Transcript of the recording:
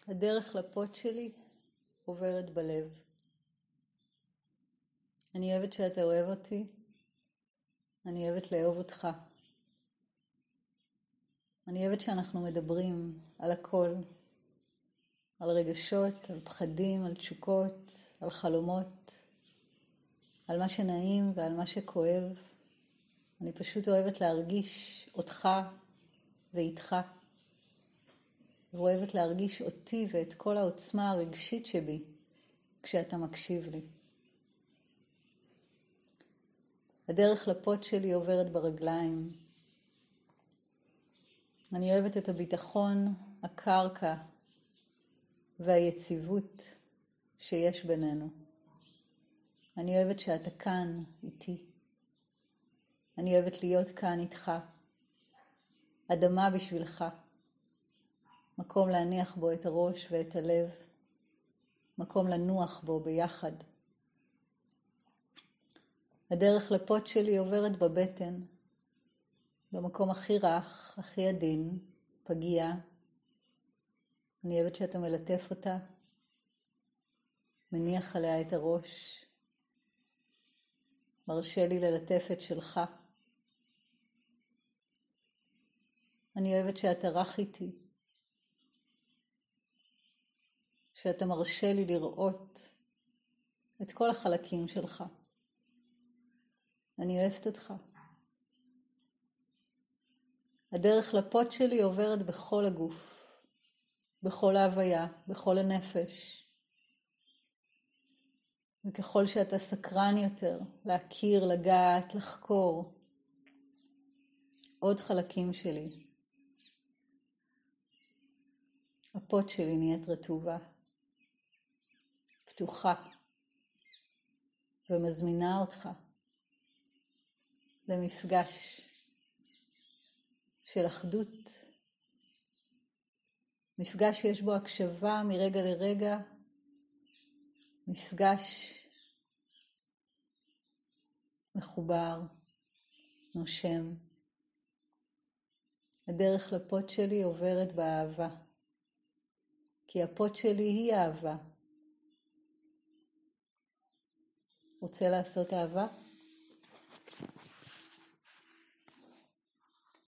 הדרך לפוט שלי עוברת בלב. אני אוהבת שאתה אוהב אותי, אני אוהבת לאהוב אותך. אני אוהבת שאנחנו מדברים על הכל, על רגשות, על פחדים, על תשוקות, על חלומות, על מה שנעים ועל מה שכואב. אני פשוט אוהבת להרגיש אותך ואיתך, ואוהבת להרגיש אותי ואת כל העוצמה הרגשית שבי כשאתה מקשיב לי. הדרך לפוט שלי עוברת ברגליים. אני אוהבת את הביטחון, הקרקע והיציבות שיש בינינו. אני אוהבת שאתה כאן איתי. אני אוהבת להיות כאן איתך. אדמה בשבילך. מקום להניח בו את הראש ואת הלב. מקום לנוח בו ביחד. הדרך לפוט שלי עוברת בבטן. במקום הכי רך, הכי עדין, פגיע. אני אוהבת שאתה מלטף אותה. מניח עליה את הראש. מרשה לי ללטף את שלך. אני אוהבת שאתה רך איתי. שאתה מרשה לי לראות את כל החלקים שלך. אני אוהבת אותך. הדרך לפוט שלי עוברת בכל הגוף, בכל ההוויה, בכל הנפש. וככל שאתה סקרן יותר, להכיר, לגעת, לחקור עוד חלקים שלי, הפוט שלי נהיית רטובה, פתוחה, ומזמינה אותך למפגש של אחדות, מפגש שיש בו הקשבה מרגע לרגע, מפגש מחובר, נושם. הדרך לפוט שלי עוברת באהבה, כי הפוט שלי היא אהבה. רוצה לעשות אהבה?